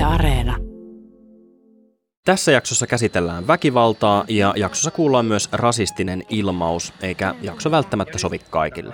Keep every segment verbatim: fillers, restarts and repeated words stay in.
Areena. Tässä jaksossa käsitellään väkivaltaa ja jaksossa kuullaan myös rasistinen ilmaus, eikä jakso välttämättä sovi kaikille.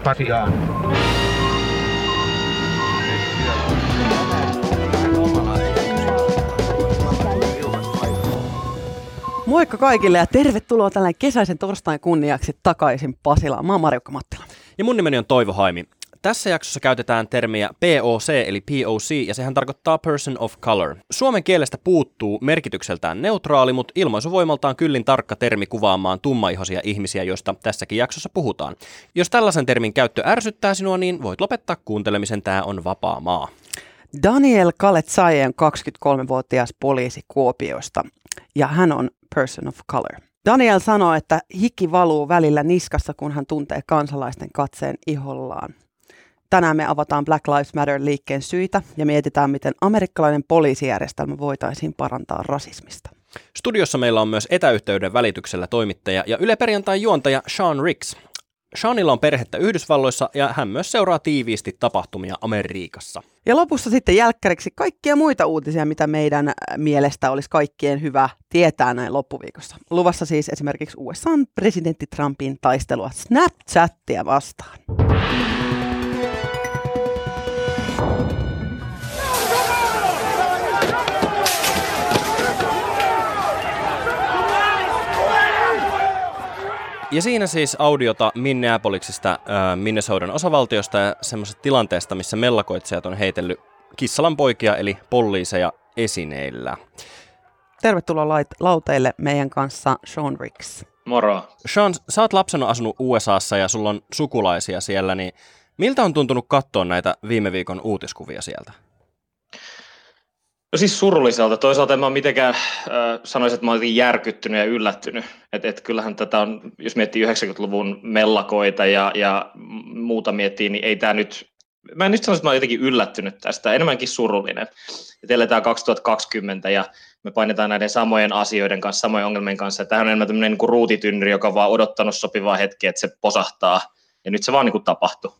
Moikka kaikille ja tervetuloa tällainen kesäisen torstain kunniaksi takaisin Pasilaan. Mä oon Marjukka Mattila. Ja mun nimeni on Toivo Haimi. Tässä jaksossa käytetään termiä P O C eli P O C ja sehän tarkoittaa Person of Color. Suomen kielestä puuttuu merkitykseltään neutraali, mutta ilmaisuvoimaltaan kyllin tarkka termi kuvaamaan tummaihoisia ihmisiä, joista tässäkin jaksossa puhutaan. Jos tällaisen termin käyttö ärsyttää sinua, niin voit lopettaa kuuntelemisen, tää on vapaa maa. Daniel Kaletsaye on kaksikymmentäkolmevuotias poliisi Kuopiosta ja hän on Person of Color. Daniel sanoo, että hiki valuu välillä niskassa, kun hän tuntee kansalaisten katseen ihollaan. Tänään me avataan Black Lives Matter-liikkeen syitä ja mietitään, miten amerikkalainen poliisijärjestelmä voitaisiin parantaa rasismista. Studiossa meillä on myös etäyhteyden välityksellä toimittaja ja Yle Perjantain juontaja Sean Ricks. Seanilla on perhettä Yhdysvalloissa ja hän myös seuraa tiiviisti tapahtumia Amerikassa. Ja lopussa sitten jälkkäriksi kaikkia muita uutisia, mitä meidän mielestä olisi kaikkien hyvä tietää näin loppuviikossa. Luvassa siis esimerkiksi U S A:n presidentti Trumpin taistelua Snapchatia vastaan. Ja siinä siis audiota Minneapolisista, äh, Minnesotan osavaltiosta ja semmoisesta tilanteesta, missä mellakoitsijat on heitellyt kissalan poikia eli poliiseja esineillä. Tervetuloa lait- lauteille meidän kanssa Sean Ricks. Moro. Sean, sä oot lapsena asunut U S A:ssa ja sulla on sukulaisia siellä, niin miltä on tuntunut katsoa näitä viime viikon uutiskuvia sieltä? No siis surulliselta. Toisaalta en mä ole mitenkään äh, sanoisin, että mä olin järkyttynyt ja yllättynyt. Et, et kyllähän tätä on, jos miettii yhdeksänkymmentäluvun mellakoita ja, ja muuta miettii, niin ei tämä nyt, mä en nyt sanoisi, että mä olen jotenkin yllättynyt tästä, enemmänkin surullinen. Et eletään kaksituhattakaksikymmentä ja me painetaan näiden samojen asioiden kanssa, samojen ongelmien kanssa. Tämä on enemmän tämmöinen niin kuin ruutitynnyri, joka on vaan odottanut sopivaa hetkeä, että se posahtaa. Ja nyt se vaan niin kuin tapahtui.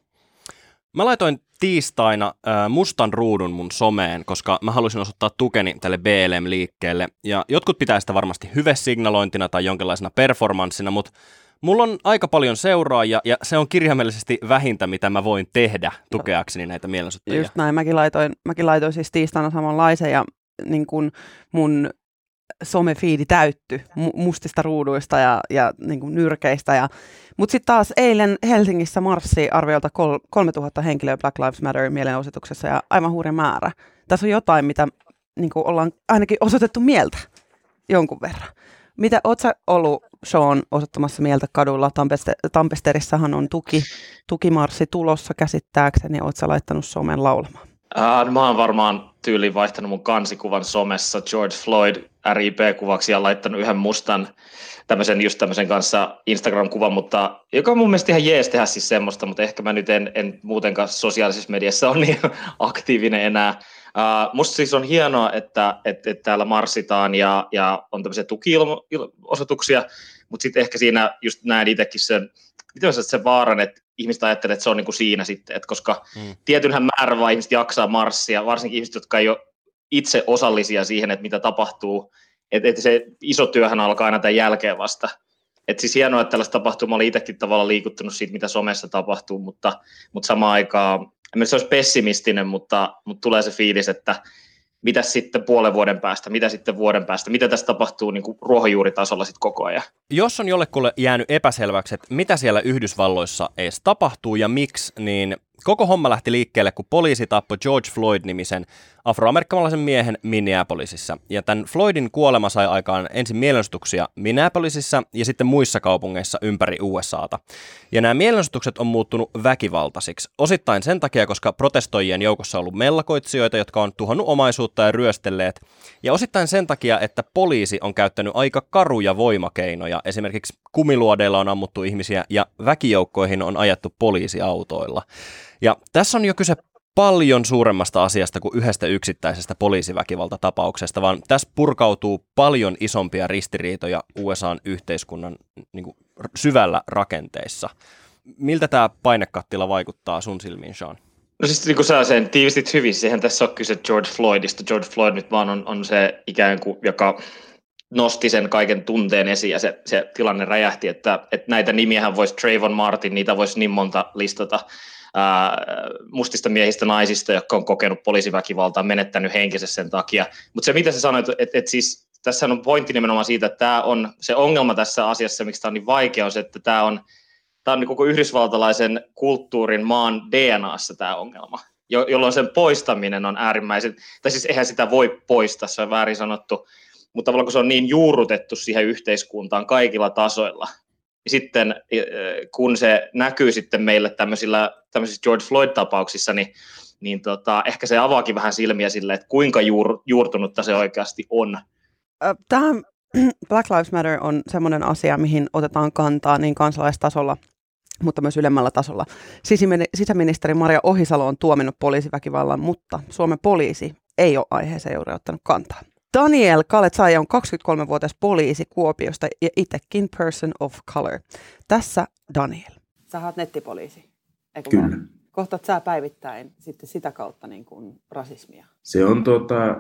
Mä laitoin tiistaina äh, mustan ruudun mun someen, koska mä halusin osoittaa tukeni tälle B L M-liikkeelle. Ja jotkut pitää sitä varmasti hyvesignalointina tai jonkinlaisena performanssina, mutta mulla on aika paljon seuraajia ja se on kirjaimellisesti vähintä, mitä mä voin tehdä tukeakseni näitä mielenosoittajia. Just näin, mäkin laitoin, mäkin laitoin siis tiistaina samanlaisen ja niin kun mun somefiidi täytty mustista ruuduista ja, ja niin kuin nyrkeistä. Ja, mutta sitten taas eilen Helsingissä marssi arviolta kol, kolmetuhatta henkilöä Black Lives Matter mielenosoituksessa ja aivan hurja määrä. Tässä on jotain, mitä niin kuin ollaan ainakin osoitettu mieltä jonkun verran. Mitä oot sä ollut, Sean, osoittamassa mieltä kadulla? Tampeste, Tampesterissahan on tuki, tukimarssi tulossa käsittääkseni. Oot sä laittanut somen laulamaan? Uh, mä oon varmaan tyyliin vaihtanut mun kansikuvan somessa George Floyd R I P-kuvaksi ja laittanut yhden mustan tämmöisen, just tämmöisen kanssa Instagram-kuvan, mutta joka on mun mielestä ihan jees tehdä siis semmoista, mutta ehkä mä nyt en, en muutenkaan sosiaalisessa mediassa ole niin aktiivinen enää. Uh, musta siis on hienoa, että, että, että täällä marssitaan ja, ja on tämmöisiä tuki-osoituksia, mutta sitten ehkä siinä just näen itsekin sen, miten mä sen vaaran, että ihmiset ajattelee, että se on niin kuin siinä sitten, että koska mm. tietynhän määrä vaan ihmiset jaksaa marssia, varsinkin ihmiset, jotka ei ole itse osallisia siihen, että mitä tapahtuu, että, että se iso työhän alkaa aina tämän jälkeen vasta. Että siis hienoa, että tällaista tapahtuu, mä olin itsekin tavallaan liikuttunut siitä, mitä somessa tapahtuu, mutta, mutta samaan aikaan, en mä se olisi pessimistinen, mutta, mutta tulee se fiilis, että mitä sitten puolen vuoden päästä, mitä sitten vuoden päästä, mitä tässä tapahtuu niin kuin ruohonjuuritasolla sitten koko ajan. Jos on jollekulle jäänyt epäselväksi, että mitä siellä Yhdysvalloissa edes tapahtuu ja miksi, niin koko homma lähti liikkeelle, kun poliisi tappoi George Floyd-nimisen afroamerikkalaisen miehen Minneapolisissa. Ja tämän Floydin kuolema sai aikaan ensin mielenosoituksia Minneapolisissa ja sitten muissa kaupungeissa ympäri U S A:ta. Ja nämä mielenosoitukset on muuttunut väkivaltaisiksi. Osittain sen takia, koska protestoijien joukossa on ollut mellakoitsijoita, jotka on tuhannut omaisuutta ja ryöstelleet. Ja osittain sen takia, että poliisi on käyttänyt aika karuja voimakeinoja. Esimerkiksi kumiluodeilla on ammuttu ihmisiä ja väkijoukkoihin on ajettu poliisiautoilla. Ja tässä on jo kyse paljon suuremmasta asiasta kuin yhdestä yksittäisestä poliisiväkivaltatapauksesta, vaan tässä purkautuu paljon isompia ristiriitoja U S A:n yhteiskunnan niin kuin syvällä rakenteissa. Miltä tämä painekattila vaikuttaa sun silmiin, Sean? No siis niin kuin sä sen tiivistit hyvin, siihen tässä on kyse George Floydista. George Floyd nyt vaan on, on se ikään kuin, joka nosti sen kaiken tunteen esiin ja se, se tilanne räjähti, että, että näitä nimiähän voisi Trayvon Martin, niitä voisi niin monta listata ää, mustista miehistä, naisista, jotka on kokenut poliisiväkivaltaa, menettänyt henkensä sen takia. Mutta se mitä sä sanoit, että, että siis tässä on pointti nimenomaan siitä, että tämä on se ongelma tässä asiassa, miksi tämä on niin vaikea, on se, että tämä on Tämä on koko yhdysvaltalaisen kulttuurin maan D N A:ssa tämä ongelma, jolloin sen poistaminen on äärimmäisen, tai siis eihän sitä voi poistaa, se on väärin sanottu, mutta tavallaan kun se on niin juurrutettu siihen yhteiskuntaan kaikilla tasoilla, niin sitten kun se näkyy sitten meille tämmöisillä, tämmöisissä George Floyd-tapauksissa, niin, niin tota, ehkä se avaakin vähän silmiä sille, että kuinka juur, juurtunutta se oikeasti on. Tähän Black Lives Matter on semmoinen asia, mihin otetaan kantaa niin kansalaistasolla, mutta myös ylemmällä tasolla. Sisäministeri Maria Ohisalo on tuominnut poliisiväkivallan, mutta Suomen poliisi ei ole aiheeseen juuri ottanut kantaa. Daniel Kaletsaaja on kaksikymmentäkolmevuotias poliisi Kuopiosta ja itsekin person of color. Tässä Daniel. Sä oot nettipoliisi, eikö Kyllä. Vaan? Kohtaat sä päivittäin sitten sitä kautta niin kuin rasismia? Se on tuota,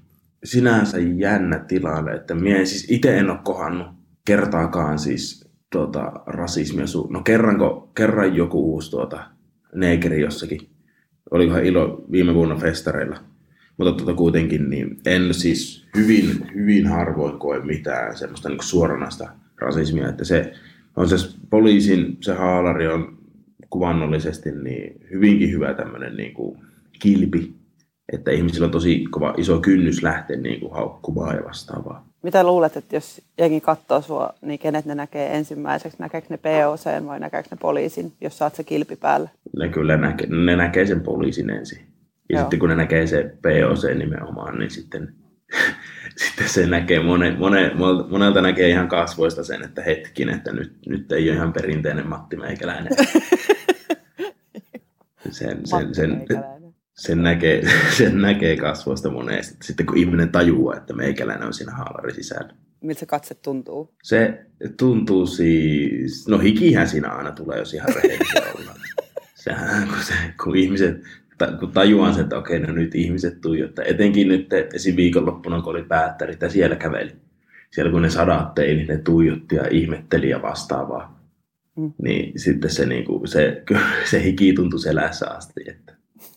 sinänsä jännä tilanne, että minä siis itse en ole kohannut kertaakaan siis tuota, rasismia. No kerranko, kerran joku uusi tuota, neekeri jossakin, olikohan ilo viime vuonna festareilla, mutta tuota, kuitenkin niin en siis hyvin, hyvin harvoin koe mitään semmoista niin kuin suoranaista rasismia, että se on se poliisin, se haalari on kuvannollisesti niin hyvinkin hyvä tämmöinen niin kuin kilpi, että ihmisillä on tosi kova, iso kynnys lähteä niin kuin haukkumaan ja vastaavaa. Mitä luulet, että jos jengi katsoo sua, niin kenet ne näkee ensimmäiseksi? Näkeekö ne P O C:n vai näkeekö ne poliisin, jos saat se kilpi päällä? Ne kyllä näkee, ne näkee sen poliisin ensin. Ja Joo. sitten kun ne näkee se P O C nimenomaan, niin sitten, sitten se näkee, mone, mone, monelta näkee ihan kasvoista sen, että hetkin, että nyt, nyt ei ole ihan perinteinen Matti Meikäläinen. Sen, sen, sen, sen, näkee, sen näkee kasvoista monesti. Sitten kun ihminen tajuaa, että meikäläinen on siinä haalari sisällä. Miltä se katse tuntuu? Se tuntuu siis, no hikihän siinä aina tulee, jos ihan rehellisiä ollaan. Sehän, kun, se, kun ihmiset, kun tajuan sen, että okei, no nyt ihmiset tuijottaa. Etenkin nyt esim. Viikonloppuna, kun oli päättärit ja siellä käveli. Siellä kun ne sadatteli, niin ne tuijotti ja ihmetteli ja vastaavaa. Mm. Niin sitten se, niin kuin, se, se hiki tuntui selässä asti, että,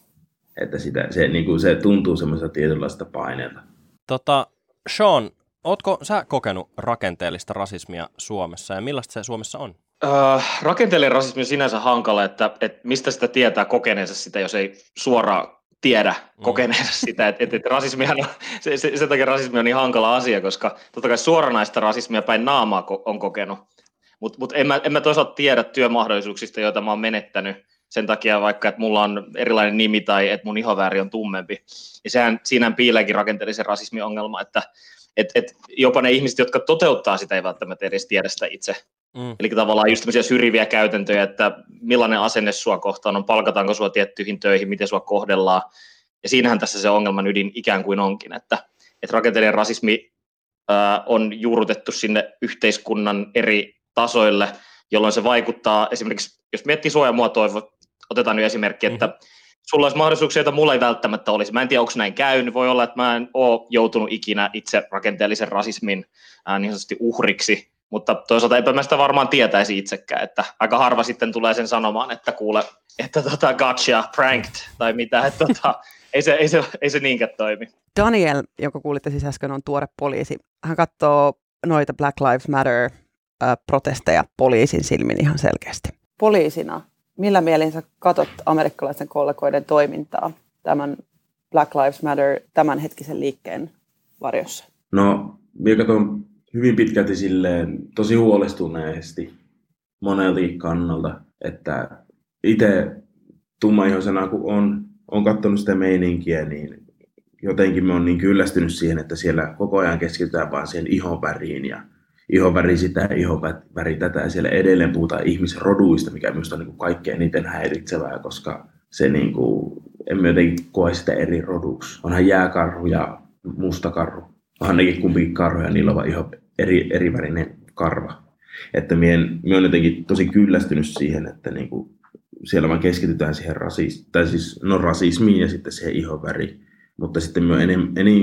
että sitä, se, niin kuin, se tuntuu semmoisesta tietynlaista paineelta. Tota, Sean, ootko sä kokenut rakenteellista rasismia Suomessa ja millaista se Suomessa on? Äh, rakenteellinen rasismi on sinänsä hankala, että, että mistä sitä tietää kokeneensa sitä, jos ei suoraan tiedä kokeneensa mm. sitä, että, että rasismihan on, se, se, sen takia rasismi on niin hankala asia, koska totta kai suoranaista rasismia päin naamaa on kokenut. Mutta mut en, en mä toisaalta tiedä työmahdollisuuksista, joita mä oon menettänyt sen takia vaikka, että mulla on erilainen nimi tai että mun ihoväri on tummempi. Ja sehän, siinä piileekin rakenteellisen rasismin ongelma, että et, et jopa ne ihmiset, jotka toteuttaa sitä, ei välttämättä edes tiedä sitä itse. Mm. Eli tavallaan just tämmöisiä syrjiviä käytäntöjä, että millainen asenne sua kohtaan on, palkataanko sua tiettyihin töihin, miten sua kohdellaan. Ja siinähän tässä se ongelman ydin ikään kuin onkin, että, että rakenteellinen rasismi ää, on juurrutettu sinne yhteiskunnan eri tasoille, jolloin se vaikuttaa esimerkiksi, jos miettii suojamuotoa, otetaan nyt esimerkki, että mm-hmm. sulla olisi mahdollisuuksia, joita mulla ei välttämättä olisi. Mä en tiedä, onko näin käynyt. Voi olla, että mä en ole joutunut ikinä itse rakenteellisen rasismin ää, niin sanotusti uhriksi, mutta toisaalta eipä mä sitä varmaan tietäisi itsekään, että aika harva sitten tulee sen sanomaan, että kuule, että tota, gotcha, pranked tai mitä, että tota, ei, se, ei, se, ei se niinkään toimi. Daniel, jonka kuulitte siis äsken, on tuore poliisi. Hän katsoo noita Black Lives Matter protesteja poliisin silmin ihan selkeästi. Poliisina, millä mielin sä katot amerikkalaisten kollegoiden toimintaa tämän Black Lives Matter tämänhetkisen liikkeen varjossa? No, minä katson hyvin pitkälti silleen tosi huolestuneesti monelta kannalta, että itse tummaihoisena kun on, on katsonut sitä meininkiä, niin jotenkin mä oon niin kyllästynyt siihen, että siellä koko ajan keskitytään vaan siihen ihonväriin ja ihonväri sitä, ihonväri tätä, ja siellä edelleen puhutaan ihmisroduista, mikä minusta on niin kuin kaikkein eniten häiritsevää, koska se niin kuin, emme jotenkin koe sitä eri roduksi. Onhan jääkarhu ja mustakarhu, onhan nekin kumpikin karhuja, niillä on vaan ihan eri, erivärinen karva. Että minä olen jotenkin tosi kyllästynyt siihen, että niin kuin siellä vaan keskitytään siihen rasis, tai siis, no, rasismiin ja sitten siihen ihonväriin. Mutta sitten mä oon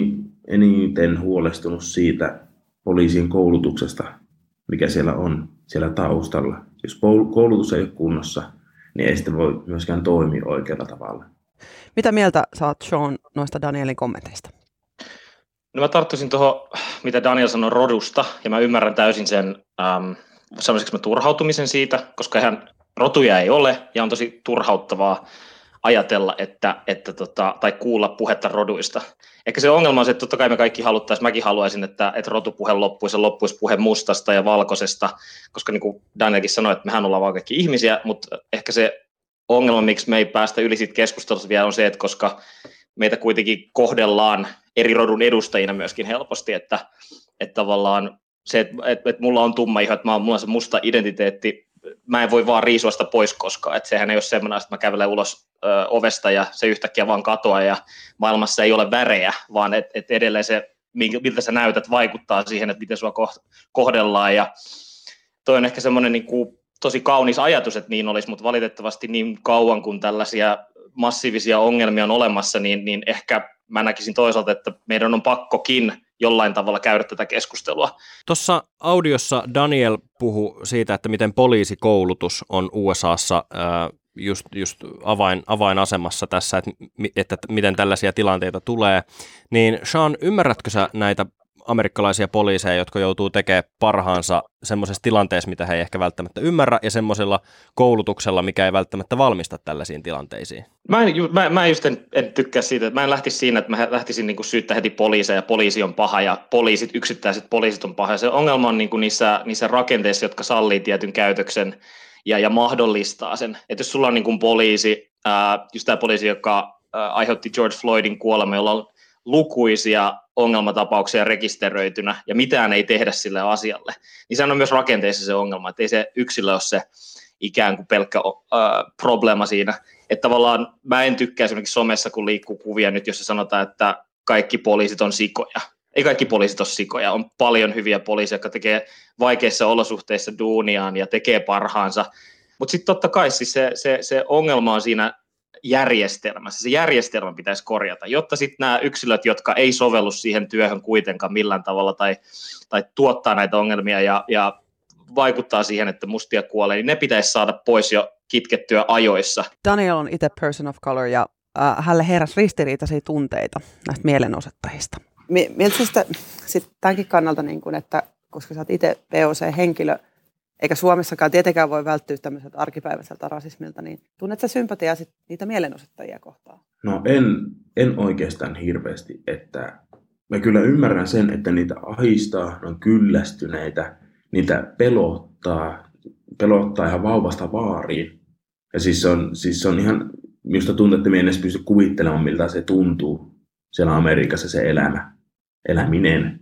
eniten huolestunut siitä poliisien koulutuksesta, mikä siellä on siellä taustalla. Jos koulutus ei ole kunnossa, niin ei sitten voi myöskään toimia oikealla tavalla. Mitä mieltä sä oot, Sean, noista Danielin kommenteista? No mä tarttuisin tuohon, mitä Daniel sanoi rodusta, ja mä ymmärrän täysin sen, ähm, sanoisinko mä turhautumisen siitä, koska ihan rotuja ei ole, ja on tosi turhauttavaa ajatella, että, että tota, tai kuulla puhetta roduista. Ehkä se ongelma on se, että totta kai me kaikki haluttaisiin, mäkin haluaisin, että, että rotupuhe loppuisi, ja loppuisi puhe mustasta ja valkoisesta, koska niin kuin Danielkin sanoi, että mehän ollaan vaan kaikki ihmisiä, mutta ehkä se ongelma, miksi me ei päästä yli siitä keskustelusta vielä on se, että koska meitä kuitenkin kohdellaan eri rodun edustajina myöskin helposti, että, että tavallaan se, että, että, että mulla on tumma iho, että mä, mulla on se musta identiteetti, mä en voi vaan riisua sitä pois koskaan, että sehän ei ole semmoinen, että mä kävelen ulos ö, ovesta ja se yhtäkkiä vaan katoaa ja maailmassa ei ole värejä, vaan että et edelleen se, miltä sä näytät, vaikuttaa siihen, että miten sua kohdellaan, ja toi on ehkä semmoinen niin kuin tosi kaunis ajatus, että niin olisi, mutta valitettavasti niin kauan kuin tällaisia massiivisia ongelmia on olemassa, niin, niin ehkä mä näkisin toisaalta, että meidän on pakkokin jollain tavalla käydä tätä keskustelua. Tuossa audiossa Daniel puhui siitä, että miten poliisikoulutus on U S A:ssa ää, just, just avain, avainasemassa tässä, että, että miten tällaisia tilanteita tulee. Niin Sean, ymmärrätkö sä näitä amerikkalaisia poliiseja, jotka joutuu tekemään parhaansa semmoisessa tilanteessa, mitä he ei ehkä välttämättä ymmärrä, ja semmoisella koulutuksella, mikä ei välttämättä valmista tällaisiin tilanteisiin? Mä en, mä, mä just en, en tykkää siitä, että mä en lähtisi siinä, että mä lähtisin niin kuin syyttää heti poliiseja, ja poliisi on paha, ja poliisit, yksittäiset poliisit on paha. Se ongelma on niin kuin niissä, niissä rakenteissa, jotka sallii tietyn käytöksen ja, ja mahdollistaa sen. Että jos sulla on niin kuin poliisi, ää, just tämä poliisi, joka ää, aiheutti George Floydin kuoleman, jolla on lukuisia ongelmatapauksia rekisteröitynä ja mitään ei tehdä sille asialle, niin sehän on myös rakenteessa se ongelma, että ei se yksilö ole se ikään kuin pelkkä äh, probleema siinä. Että tavallaan mä en tykkää esimerkiksi somessa, kun liikkuu kuvia nyt, jos sanotaan, että kaikki poliisit on sikoja. Ei kaikki poliisit ole sikoja, on paljon hyviä poliiseja, jotka tekee vaikeissa olosuhteissa duuniaan ja tekee parhaansa, mutta sitten totta kai siis se, se, se ongelma on siinä järjestelmässä. Se järjestelmä pitäisi korjata, jotta sitten nämä yksilöt, jotka ei sovellu siihen työhön kuitenkaan millään tavalla tai, tai tuottaa näitä ongelmia ja, ja vaikuttaa siihen, että mustia kuolee, niin ne pitäisi saada pois jo kitkettyä ajoissa. Daniel on itse person of color ja äh, hänelle heräsi ristiriitaisia tunteita näistä mielenosoittajista. Miltä se sitä, sit tämänkin kannalta, niin kun, että koska sä oot itse P O C-henkilö, eikä Suomessakaan tietenkään voi välttyä tämmöiseltä arkipäiväiseltä rasismilta, niin tunnet sä sympatiaa sit niitä mielenosoittajia kohtaan? No en, en oikeastaan hirveästi, että mä kyllä ymmärrän sen, että niitä ahistaa, ne on kyllästyneitä, niitä pelottaa, pelottaa ihan vauvasta vaariin. Ja siis se on, siis se on ihan, minusta tuntuu, että minä en edes pysty kuvittelemaan, miltä se tuntuu siellä Amerikassa se elämä, eläminen,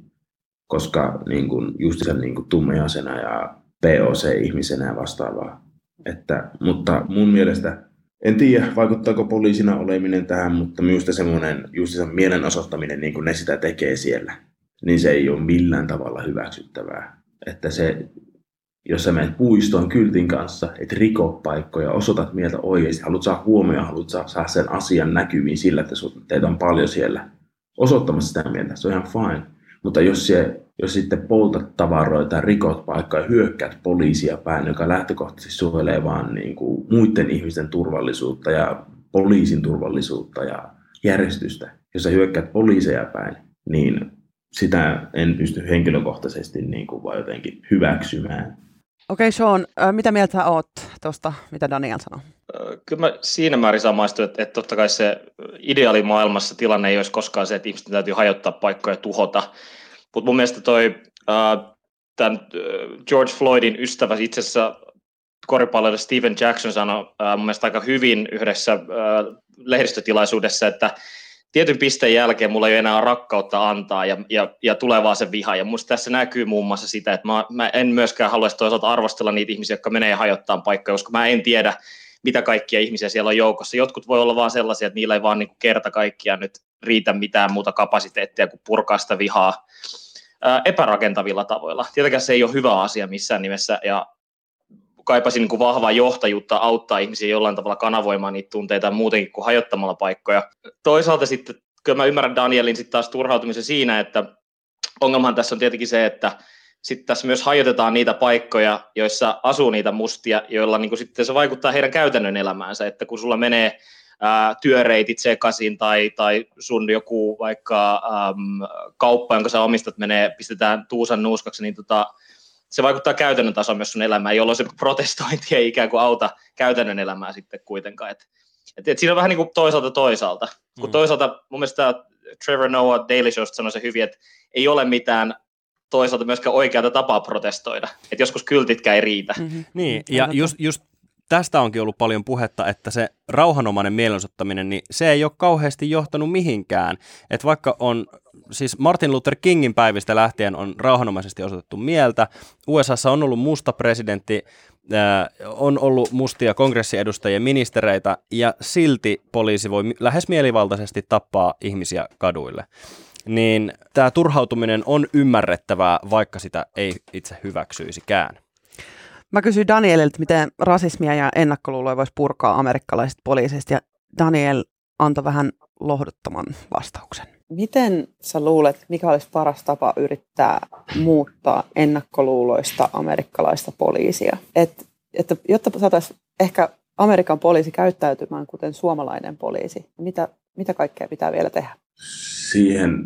koska niin kuin, just sen niin kuin tummejaisena ja P O C-ihmisenä ja vastaavaa. Että, mutta mun mielestä, en tiedä vaikuttaako poliisina oleminen tähän, mutta minusta semmoinen just sen mielenosoittaminen, niin kuin ne sitä tekee siellä, niin se ei ole millään tavalla hyväksyttävää. Että se, jos sä menet puistoon kyltin kanssa, et riko paikkoja, osoitat mieltä oikeasti, haluat saa huomioon, haluat saa, saa sen asian näkyviin sillä, että teitä on paljon siellä osoittamassa sitä mieltä, se on ihan fine. Mutta jos, se, jos sitten poltat tavaroita ja rikot paikkaa ja hyökkäät poliisia päin, joka lähtökohtaisesti suojelee vaan niin kuin muiden ihmisten turvallisuutta ja poliisin turvallisuutta ja järjestystä, jos sä hyökkäät poliiseja päin, niin sitä en pysty henkilökohtaisesti niin kuin vaan jotenkin hyväksymään. Okei, okay, Sean, mitä mieltä sä oot tuosta, mitä Daniel sanoi? Kyllä mä siinä määrin samaistun, että, että totta kai se ideaalimaailmassa tilanne ei olisi koskaan se, että ihmisten täytyy hajottaa paikkoja ja tuhota. Mutta mun mielestä toi äh, tämän George Floydin ystävä, itse asiassa koripalloilija Steven Jackson sanoi äh, mun mielestä aika hyvin yhdessä äh, lehdistötilaisuudessa, että tietyn pisteen jälkeen mulla ei ole enää rakkautta antaa ja, ja, ja tulee vaan se viha. Ja musta tässä näkyy muun muassa sitä, että mä, mä en myöskään haluaisi toisaalta arvostella niitä ihmisiä, jotka menee hajottaan paikkoja, koska mä en tiedä, mitä kaikkia ihmisiä siellä on joukossa. Jotkut voi olla vaan sellaisia, että niillä ei vaan niin kuin kerta kaikkiaan nyt riitä mitään muuta kapasiteettia kuin purkaa sitä vihaa ää, epärakentavilla tavoilla. Tietenkään se ei ole hyvä asia missään nimessä, ja kaipasi niin kuin vahvaa johtajuutta auttaa ihmisiä jollain tavalla kanavoimaan niitä tunteita muutenkin kuin hajottamalla paikkoja. Toisaalta sitten, kyllä mä ymmärrän Danielin sitten taas turhautumisen siinä, että ongelmahan tässä on tietenkin se, että sitten tässä myös hajotetaan niitä paikkoja, joissa asuu niitä mustia, joilla niin kuin sitten se vaikuttaa heidän käytännön elämäänsä, että kun sulla menee ää, työreitit sekaisin tai, tai sun joku vaikka äm, kauppa, jonka sä omistat, menee, pistetään tuusan nuuskaksi, niin tota, se vaikuttaa käytännön tasoon myös sun elämään, jolloin se protestointi ei ikään kuin auta käytännön elämää sitten kuitenkaan. Et, et, et siinä on vähän niin kuin toisaalta toisaalta. Mm. Kun toisaalta mun mielestä Trevor Noah Daily Showsta sanoi se hyvin, että ei ole mitään toisaalta myöskään oikeata tapaa protestoida. Että joskus kyltitkään ei riitä. Mm-hmm. Niin, ja just, just tästä onkin ollut paljon puhetta, että se rauhanomainen mielenosoittaminen, niin se ei ole kauheasti johtanut mihinkään. Että vaikka on, siis Martin Luther Kingin päivistä lähtien on rauhanomaisesti osoitettu mieltä, U S A:ssa on ollut musta presidentti, äh, on ollut mustia kongressiedustajia, ministereitä, ja silti poliisi voi lähes mielivaltaisesti tappaa ihmisiä kaduille. Niin tämä turhautuminen on ymmärrettävää, vaikka sitä ei itse hyväksyisikään. Mä kysyin Danielilta, miten rasismia ja ennakkoluuloja voisi purkaa amerikkalaisista poliisista, ja Daniel antoi vähän lohduttoman vastauksen. Miten sä luulet, mikä olisi paras tapa yrittää muuttaa ennakkoluuloista amerikkalaista poliisia? Et, että, jotta saataisiin ehkä Amerikan poliisi käyttäytymään kuten suomalainen poliisi, mitä, mitä kaikkea pitää vielä tehdä? Siihen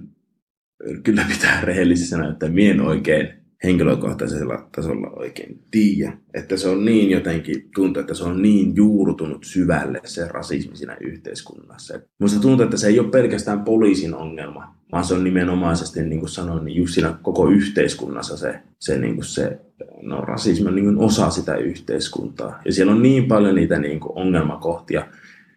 kyllä pitää rehellisesti sanoa, että mie en oikein henkilökohtaisella tasolla oikein tiedä. Että se on niin jotenkin, tuntuu, että se on niin juurtunut syvälle se rasismi siinä yhteiskunnassa. Minusta tuntuu, että se ei ole pelkästään poliisin ongelma, vaan se on nimenomaisesti, niin kuin sanoin, niin just siinä koko yhteiskunnassa se, se, niin kuin se no, rasismi on niin kuin osa sitä yhteiskuntaa. Ja siellä on niin paljon niitä niin kuin ongelmakohtia,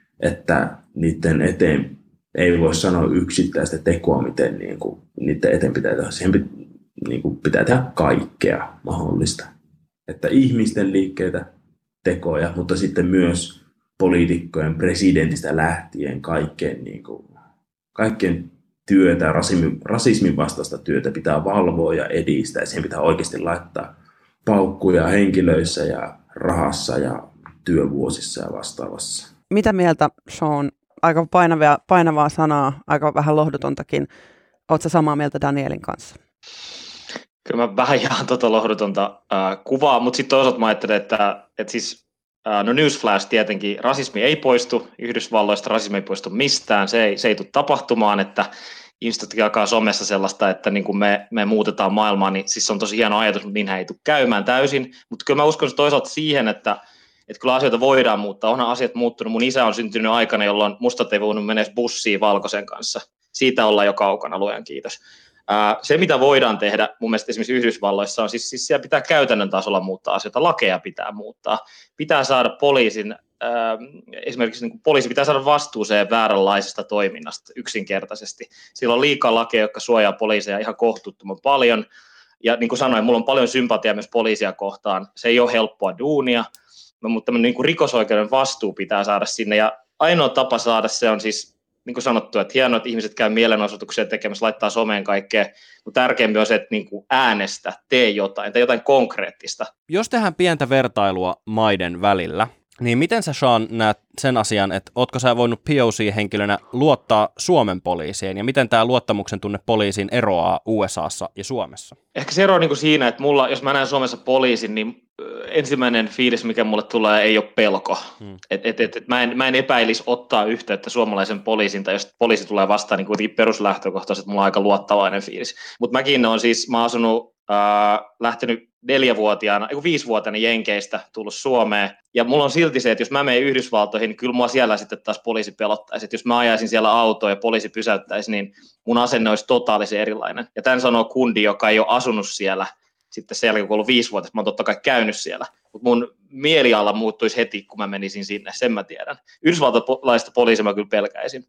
että niiden eteen ei voi sanoa yksittäistä tekoa, miten niin kuin, niiden eteen pitää tehdä. Siihen pitää, niin kuin, pitää tehdä kaikkea mahdollista. Että ihmisten liikkeitä, tekoja, mutta sitten myös poliitikkojen, presidentistä lähtien kaikkeen, niin kuin, kaikkeen työtä, rasismin, rasismin vastaista työtä pitää valvoa ja edistää. Siihen pitää oikeasti laittaa paukkuja henkilöissä ja rahassa ja työvuosissa ja vastaavassa. Mitä mieltä, Sean? Aika painavaa, painavaa sanaa, aika vähän lohdutontakin. Oletko samaa mieltä Danielin kanssa? Kyllä mä vähän jaan tuota lohdutonta äh, kuvaa, mutta sitten toisaalta mä ajattelen, että, että siis, äh, no newsflash tietenkin, rasismi ei poistu Yhdysvalloista, rasismi ei poistu mistään, se ei, se ei tule tapahtumaan, että ihmiset jakaa somessa sellaista, että niin kuin me, me muutetaan maailmaa, niin siis se on tosi hieno ajatus, mutta niinhän ei tule käymään täysin, mutta kyllä mä uskon toisaalta siihen, että että kyllä asioita voidaan muuttaa, onhan asiat muuttunut. Mun isä on syntynyt aikana, jolloin mustat ei voinut mennä bussiin valkoisen kanssa. Siitä ollaan jo kaukana, luojan kiitos. Ää, se, mitä voidaan tehdä, mun mielestä esimerkiksi Yhdysvalloissa on, siis, siis siellä pitää käytännön tasolla muuttaa asioita, lakeja pitää muuttaa. Pitää saada poliisin, ää, esimerkiksi niin kuin poliisi pitää saada vastuuseen vääränlaisesta toiminnasta yksinkertaisesti. Sillä on liikaa lakeja, jotka suojaa poliiseja ihan kohtuuttoman paljon. Ja niin kuin sanoin, mulla on paljon sympatiaa myös poliisia kohtaan. Se ei ole helppoa duunia. Mutta niin kuin rikosoikeuden vastuu pitää saada sinne, ja ainoa tapa saada se on siis, niin kuin sanottu, että hienoa, että ihmiset käy mielenosoituksia tekemässä, laittaa someen kaikkea, mutta tärkeämpi on se, että niin kuin äänestä, tee jotain, tee jotain konkreettista. Jos tehdään pientä vertailua maiden välillä, niin miten sä, Sean, näet sen asian, että ootko sä voinut P O C-henkilönä luottaa Suomen poliisiin, ja miten tämä luottamuksen tunne poliisiin eroaa U S A:ssa ja Suomessa? Ehkä se ero on niin kuin siinä, että mulla, jos mä näen Suomessa poliisin, niin ensimmäinen fiilis, mikä mulle tulee, ei ole pelko. Hmm. Et, et, et, et mä, en, mä en epäilisi ottaa yhteyttä suomalaisen poliisin, tai jos poliisi tulee vastaan, niin kuitenkin peruslähtökohtaisesti mulla on aika luottavainen fiilis. Mutta mäkin olen siis, mä oon asunut, äh, lähtenyt neljävuotiaana, eiku viisivuotiaana Jenkeistä tullut Suomeen, ja mulla on silti se, että jos mä menen Yhdysvaltoihin, niin kyllä mua siellä sitten taas poliisi pelottaisi. Että jos mä ajaisin siellä autoa ja poliisi pysäyttäisi, niin mun asenne olisi totaalisen erilainen. Ja tämän sanoo kundi, joka ei ole asunut siellä sitten sen jälkeen, kun ollut viisi vuotta, mä oon totta kai käynyt siellä. Mutta mun mieliala muuttuisi heti, kun mä menisin sinne, sen mä tiedän. Yhdysvaltalaista poliisia mä kyllä pelkäisin.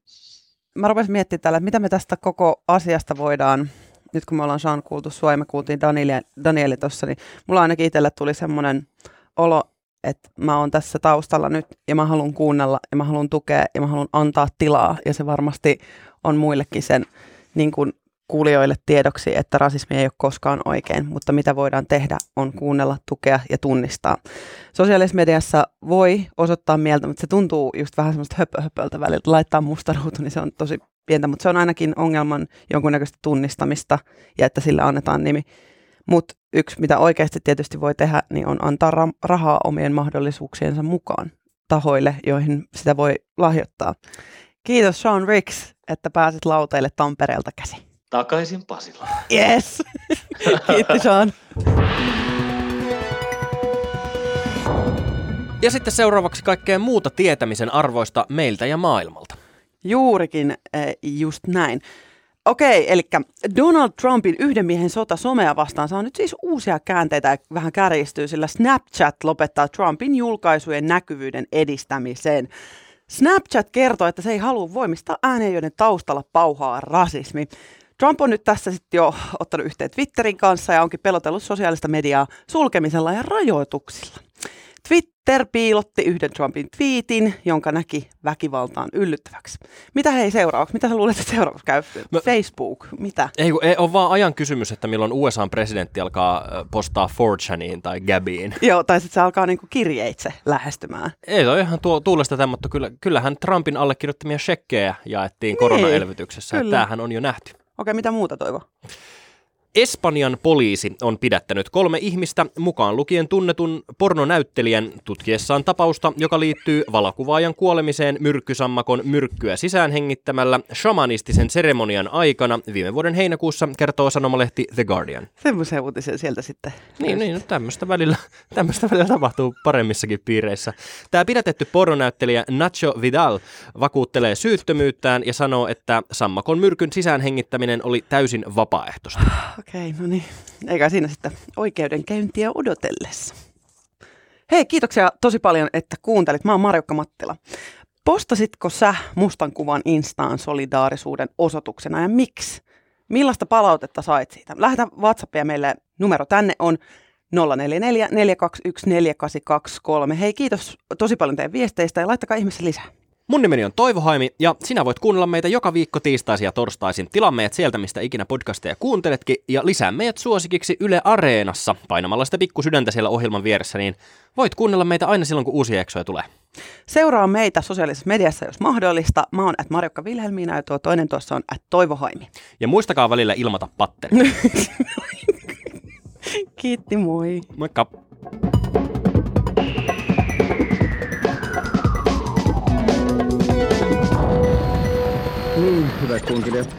Mä rupesin miettimään täällä, että mitä me tästä koko asiasta voidaan, nyt kun me ollaan Sean kuultu sua ja me kuultiin Danieli, Danieli tuossa, niin mulla ainakin itselle tuli semmoinen olo, että mä oon tässä taustalla nyt ja mä haluan kuunnella ja mä haluan tukea ja mä haluan antaa tilaa, ja se varmasti on muillekin sen niin kuin kuulijoille tiedoksi, että rasismi ei ole koskaan oikein, mutta mitä voidaan tehdä on kuunnella, tukea ja tunnistaa. Sosiaalisessa mediassa voi osoittaa mieltä, mutta se tuntuu just vähän semmoista höpö-höpöltä välillä. Laittaa musta ruutu, niin se on tosi pientä, mutta se on ainakin ongelman jonkunnäköistä tunnistamista ja että sille annetaan nimi. Mutta yksi, mitä oikeasti tietysti voi tehdä, niin on antaa ra- rahaa omien mahdollisuuksiensa mukaan tahoille, joihin sitä voi lahjoittaa. Kiitos Sean Ricks, että pääsit lauteille Tampereelta käsin. Takaisin Pasilaan. Yes! Kiitos Sean. Ja sitten seuraavaksi kaikkea muuta tietämisen arvoista meiltä ja maailmalta. Juurikin äh, just näin. Okei, eli Donald Trumpin yhden miehen sota somea vastaan saa nyt siis uusia käänteitä ja vähän kärjistyy, sillä Snapchat lopettaa Trumpin julkaisujen näkyvyyden edistämiseen. Snapchat kertoo, että se ei halua voimistaa ääneen, joiden taustalla pauhaa rasismi. Trump on nyt tässä sitten jo ottanut yhteen Twitterin kanssa ja onkin pelotellut sosiaalista mediaa sulkemisella ja rajoituksilla. Twitter piilotti yhden Trumpin twiitin, jonka näki väkivaltaan yllyttäväksi. Mitä hei seuraavaksi? Mitä sä luulet, että seuraavaksi käy? Mä... Facebook? Mitä? Ei, ei ole vaan ajan kysymys, että milloin U S A:n presidentti alkaa postaa four chaniin tai Gabiin. Joo, tai sitten se alkaa niinku kirjeitse lähestymään. Ei ole ihan tuo, tuulesta tämmöistä. Kyllä, kyllähän Trumpin allekirjoittamia shekkejä jaettiin niin, koronaelvytyksessä. Tämähän on jo nähty. Okei, mitä muuta Toivo? Espanjan poliisi on pidättänyt kolme ihmistä, mukaan lukien tunnetun pornonäyttelijän, tutkiessaan tapausta, joka liittyy valokuvaajan kuolemiseen myrkkysammakon myrkkyä sisään hengittämällä shamanistisen seremonian aikana viime vuoden heinäkuussa, kertoo sanomalehti The Guardian. Semmoisen uutisen sieltä sitten. Niin, niin no tämmöistä välillä, tämmöistä välillä tapahtuu paremmissakin piireissä. Tämä pidätetty pornonäyttelijä Nacho Vidal vakuuttelee syyttömyyttään ja sanoo, että sammakon myrkyn sisään hengittäminen oli täysin vapaaehtoista. Okei, no niin. Eikä siinä sitten oikeudenkäyntiä odotellessa. Hei, kiitoksia tosi paljon, että kuuntelit. Mä oon Marjukka Mattila. Postasitko sä mustan kuvan Instaan solidaarisuuden osoituksena ja miksi? Millaista palautetta sait siitä? Lähetä WhatsAppia meille. Numero tänne on nolla neljä neljä neljä kaksi yksi neljä kahdeksan kaksi kolme. Hei, kiitos tosi paljon teidän viesteistä ja laittakaa ihmeessä lisää. Mun nimeni on Toivo Haimi ja sinä voit kuunnella meitä joka viikko tiistaisin ja torstaisin. Tilaa meidät sieltä, mistä ikinä podcasteja kuunteletkin ja lisää meidät suosikiksi Yle Areenassa painamalla sitä pikkusydäntä siellä ohjelman vieressä, niin voit kuunnella meitä aina silloin, kun uusia jaksoja tulee. Seuraa meitä sosiaalisessa mediassa, jos mahdollista. Mä oon at Marjukka Vilhelmiina ja tuo toinen tuossa on at Toivo Haimi. Ja muistakaa välillä ilmata patteri. Kiitti, moi. Moikka. Niin, hyvät kuuntelijat,